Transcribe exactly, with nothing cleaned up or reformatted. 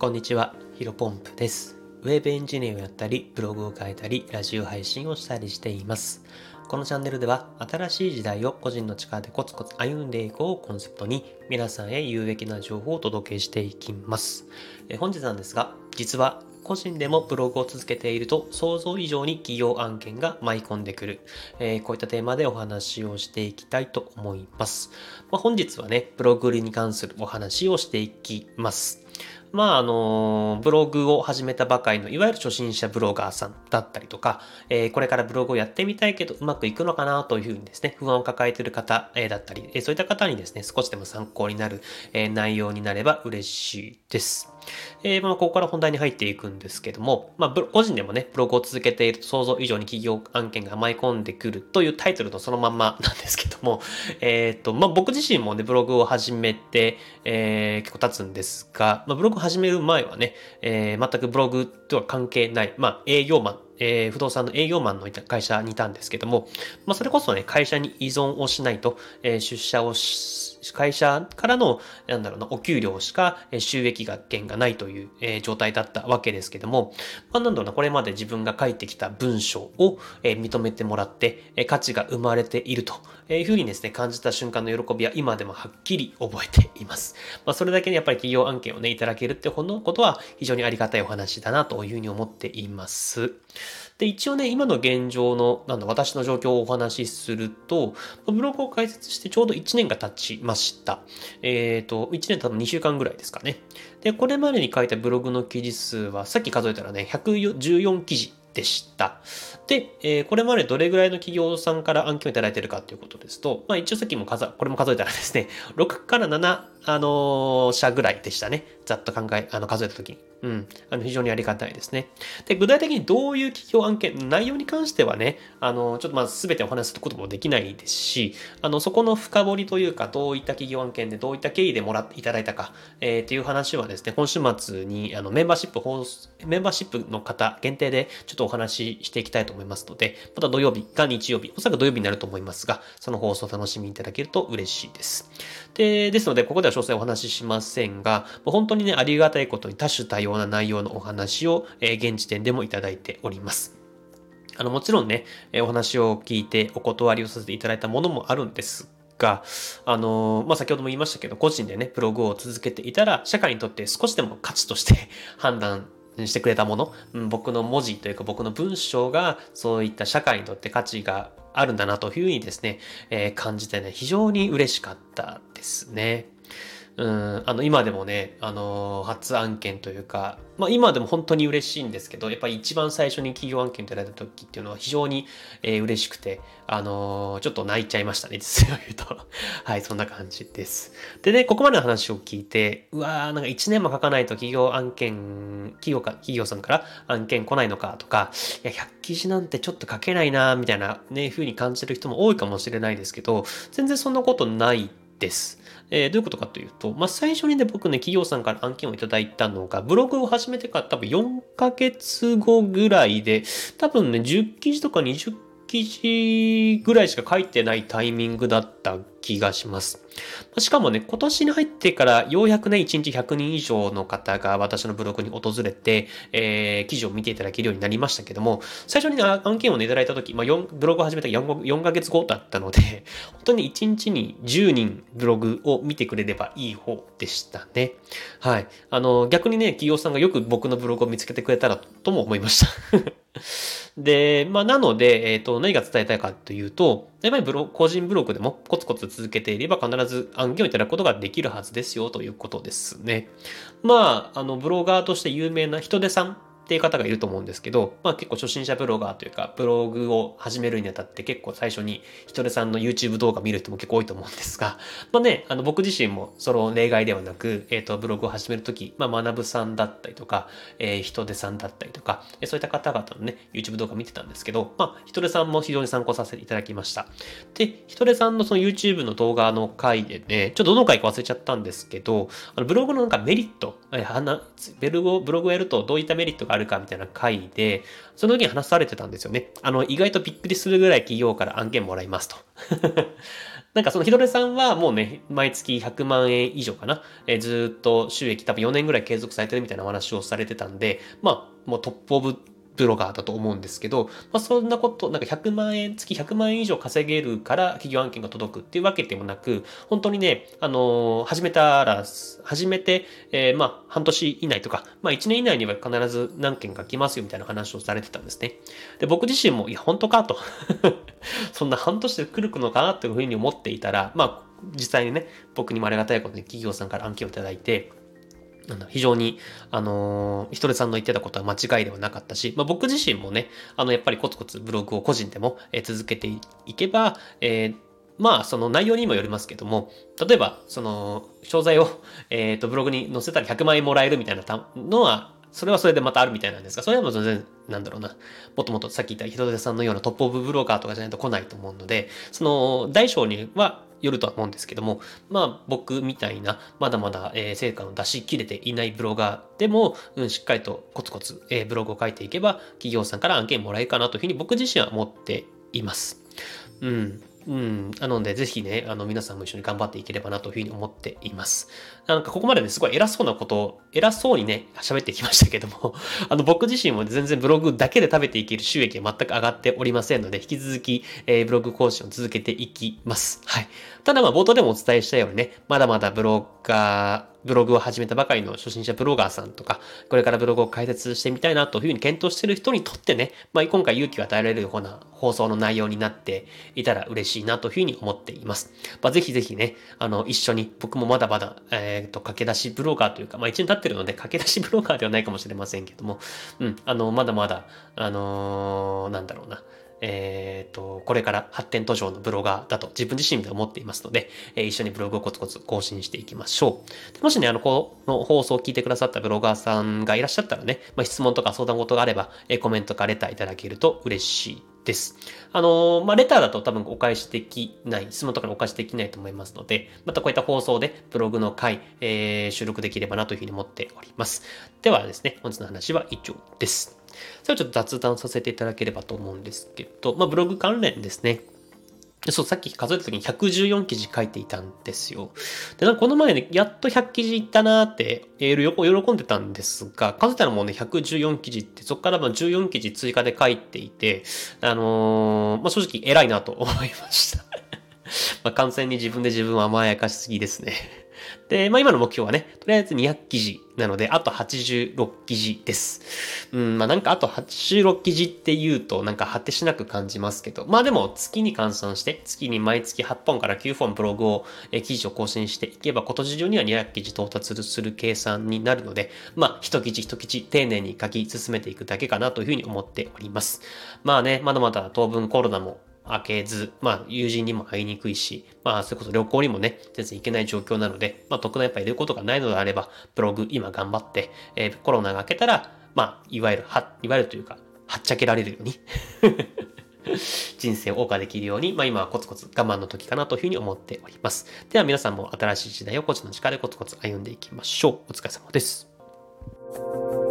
こんにちは、ヒロポンプです。ウェブエンジニアをやったり、ブログを書いたり、ラジオ配信をしたりしています。このチャンネルでは、新しい時代を個人の力でコツコツ歩んでいこうをコンセプトに、皆さんへ有益な情報をお届けしていきます。え本日なんですが、実は個人でもブログを続けていると想像以上に企業案件が舞い込んでくる、えー、こういったテーマでお話をしていきたいと思います。まあ、本日はね、ブログに関するお話をしていきます。まああのブログを始めたばかりのいわゆる初心者ブロガーさんだったりとか、えー、これからブログをやってみたいけどうまくいくのかなというふうにですね、不安を抱えている方、えー、だったり、えー、そういった方にですね、少しでも参考になる、えー、内容になれば嬉しいです。えー、まあここから本題に入っていくんですけども、まあ個人でもね、ブログを続けていると想像以上に企業案件が舞い込んでくるというタイトルのそのまんまなんですけども、えっと、まあ僕自身もね、ブログを始めて、えー、結構経つんですが、まあブログを始める前はね、えー、全くブログとは関係ない、まあ営業マン、えー、不動産の営業マンの会社にいたんですけども、まあそれこそね、会社に依存をしないと、えー、出社をし、会社からの、なんだろうな、お給料しか収益源がないという、えー、状態だったわけですけども、まあなんだろうな、これまで自分が書いてきた文章を、えー、認めてもらって、えー、価値が生まれているというふうにですね、感じた瞬間の喜びは今でもはっきり覚えています。まあそれだけにやっぱり企業案件をね、いただけるってことは非常にありがたいお話だなというふうに思っています。で、一応ね、今の現状の、なんだ、私の状況をお話しすると、ブログを開設してちょうどいちねんが経ちました。えっと、いちねん多分にしゅうかんぐらいですかね。で、これまでに書いたブログの記事数は、さっき数えたらね、ひゃくじゅうよん記事でした。で、えー、これまでどれぐらいの企業さんから案件をいただいているかということですと、まあ一応さっきも数、これも数えたらですね、ろくからなな、あのー、社ぐらいでしたね。ざっと考え、あの、数えたときに。うん。あの、非常にありがたいですね。で、具体的にどういう企業案件、内容に関してはね、あの、ちょっとまず全てお話しすることもできないですし、あの、そこの深掘りというか、どういった企業案件でどういった経緯でもらっていただいたか、えー、っていう話はですね、今週末に、あの、メンバーシップ放送、メンバーシップの方限定でちょっとお話ししていきたいと思いますので、また土曜日か日曜日、おそらく土曜日になると思いますが、その放送を楽しみいただけると嬉しいです。で、ですので、ここでは詳細お話ししませんが、本当にね、ありがたいことに多種多様な内容のお話を、えー、現時点でもいただいております。あの、もちろんね、えー、お話を聞いてお断りをさせていただいたものもあるんですが、あのー、まあ、先ほども言いましたけど、個人でね、ブログを続けていたら、社会にとって少しでも価値として判断してくれたもの、うん、僕の文字というか僕の文章がそういった社会にとって価値があるんだなというふうにですね、えー、感じてね、非常に嬉しかったですね。うん、あの、今でもね、あのー、初案件というか、まあ今でも本当に嬉しいんですけど、やっぱり一番最初に企業案件いただいた時っていうのは非常に、えー、嬉しくて、あのー、ちょっと泣いちゃいましたね、実を言うと。はい、そんな感じです。でね、ここまでの話を聞いて、うわー、なんかいちねんも書かないと企業案件、企業か、企業さんから案件来ないのかとか、いや、ひゃく記事なんてちょっと書けないなーみたいなね、風に感じてる人も多いかもしれないですけど、全然そんなことないです。えー、どういうことかというと、まあ、最初にね、僕ね、企業さんから案件をいただいたのが、ブログを始めてから多分よんかげつごぐらいで、多分ね、じゅう記事とかにじゅう記事ぐらいしか書いてないタイミングだった気がします。しかもね、今年に入ってからようやくね、いちにちひゃくにん以上の方が私のブログに訪れて、えー、記事を見ていただけるようになりましたけども、最初に、ね、案件を、ね、いただいたとき、まあ、ブログを始めた 4, よんかげつごだったので、本当にいちにちにじゅうにんブログを見てくれればいい方でしたね。はい。あの、逆にね、企業さんがよく僕のブログを見つけてくれたらとも思いました。で、まあ、なので、えっと、何が伝えたいかというと、やっぱりブロ個人ブログでもコツコツ続けていれば必ず案件をいただくことができるはずですよということですね。まあ、あの、ブロガーとして有名な人手さんっていう方がいると思うんですけど、まあ結構初心者ブロガーというか、ブログを始めるにあたって結構最初に人手さんの YouTube 動画見る人も結構多いと思うんですが、まあね、あの僕自身もその例外ではなく、えっと、ブログを始めるとき、まあ学さんだったりとか、えー、人手さんだったりとか、そういった方々のね、YouTube 動画見てたんですけど、まあ人手さんも非常に参考させていただきました。で、人手さんのその YouTube の動画の回でね、ちょっとどの回か忘れちゃったんですけど、あのブログのなんかメリット、えー、ブログを、ブログをやるとどういったメリットがあるかみたいな回で、その時に話されてたんですよね。あの、意外とびっくりするぐらい企業から案件もらいますと。 なんかそのひどれさんはもうね、毎月ひゃくまんえん以上かな。えー、ずーっと収益多分よねんぐらい継続されてるみたいなお話をされてたんで、まあ、もうトップオブブロガーだと思うんですけど、まあそんなこと、なんかひゃくまんえん、月ひゃくまんえん以上稼げるから企業案件が届くっていうわけでもなく、本当にね、あのー始めたら、始めて、えーまあ半年以内とか、まあいちねん以内には必ず何件か来ますよみたいな話をされてたんですね。で、僕自身も、いや、本当かと。そんな半年で来るのかなというふうに思っていたら、まあ実際にね、僕にもありがたいことに企業さんから案件をいただいて、非常に、あのー、ひとりさんの言ってたことは間違いではなかったし、まあ、僕自身もね、あの、やっぱりコツコツブログを個人でも、えー続けていけば、えーまあ、その内容にもよりますけども、例えば、その、商材を、えっと、ブログに載せたらひゃくまんえんもらえるみたいなのは、それはそれでまたあるみたいなんですが、それはもう全然、なんだろうな、もっともっとさっき言ったひとりさんのようなトップオブブロガーとかじゃないと来ないと思うので、その、大小にはよるとは思うんですけども、まあ僕みたいな、まだまだ、えー成果の出し切れていないブロガーでも、うん、しっかりとコツコツ、えーブログを書いていけば、企業さんから案件もらえるかなというふうに僕自身は思っています。うん。うん。なので、ぜひね、あの、皆さんも一緒に頑張っていければなというふうに思っています。なんか、ここまでね、すごい偉そうなことを、偉そうにね、喋ってきましたけども、あの、僕自身も全然ブログだけで食べていける収益は全く上がっておりませんので、引き続き、えーブログ更新を続けていきます。はい。ただ、まあ、冒頭でもお伝えしたようにね、まだまだブロガー、ブログを始めたばかりの初心者ブロガーさんとか、これからブログを開設してみたいなというふうに検討している人にとってね、まあ、今回勇気を与えられるような放送の内容になっていたら嬉しいなというふうに思っています。まあ、ぜひぜひね、あの、一緒に、僕もまだまだ、えっと、駆け出しブロガーというか、まあ、一年経ってるので、駆け出しブロガーではないかもしれませんけども、うん、あの、まだまだ、あのーなんだろうな、えっと、これから発展途上のブロガーだと自分自身で思っていますので、えー一緒にブログをコツコツ更新していきましょう。でもしね、あの、この放送を聞いてくださったブロガーさんがいらっしゃったらね、まあ、質問とか相談事があれば、えーコメントかレターいただけると嬉しいです。あのーまあ、レターだと多分お返しできない、質問とかお返しできないと思いますので、またこういった放送でブログの回、えー収録できればなというふうに思っております。ではですね、本日の話は以上です。それはちょっと雑談させていただければと思うんですけど、まあ、ブログ関連ですね。そう、さっき数えた時にひゃくじゅうよん記事書いていたんですよ。で、なんかこの前ね、やっとひゃく記事いったなーって、えー、喜んでたんですが、数えたらもうね、ひゃくじゅうよん記事って、そこからまあじゅうよん記事追加で書いていて、あのー、まあ、正直偉いなと思いました。まあ、完全に自分で自分を甘やかしすぎですね。で、まあ今の目標はね、とりあえずにひゃく記事なので、あとはちじゅうろく記事です。うん、まあなんかあとはちじゅうろく記事って言うとなんか果てしなく感じますけど、まあでも月に換算して、月に毎月はっぽんからきゅうほんブログを、えー記事を更新していけば、今年中にはにひゃく記事到達する計算になるので、まあ一記事一記事丁寧に書き進めていくだけかなというふうに思っております。まあね、まだまだ当分コロナも開けず、まあ、友人にも会いにくいし、まあ、それこそ旅行にもね、全然行けない状況なので、まあ、特段やっぱりいることがないのであれば、ブログ今頑張って、えーコロナが明けたら、まあ、いわゆる、は、いわゆるというか、はっちゃけられるように人生を謳歌できるように、まあ今はコツコツ我慢の時かなというふうに思っております。では皆さんも新しい時代を個人の力でコツコツ歩んでいきましょう。お疲れ様です。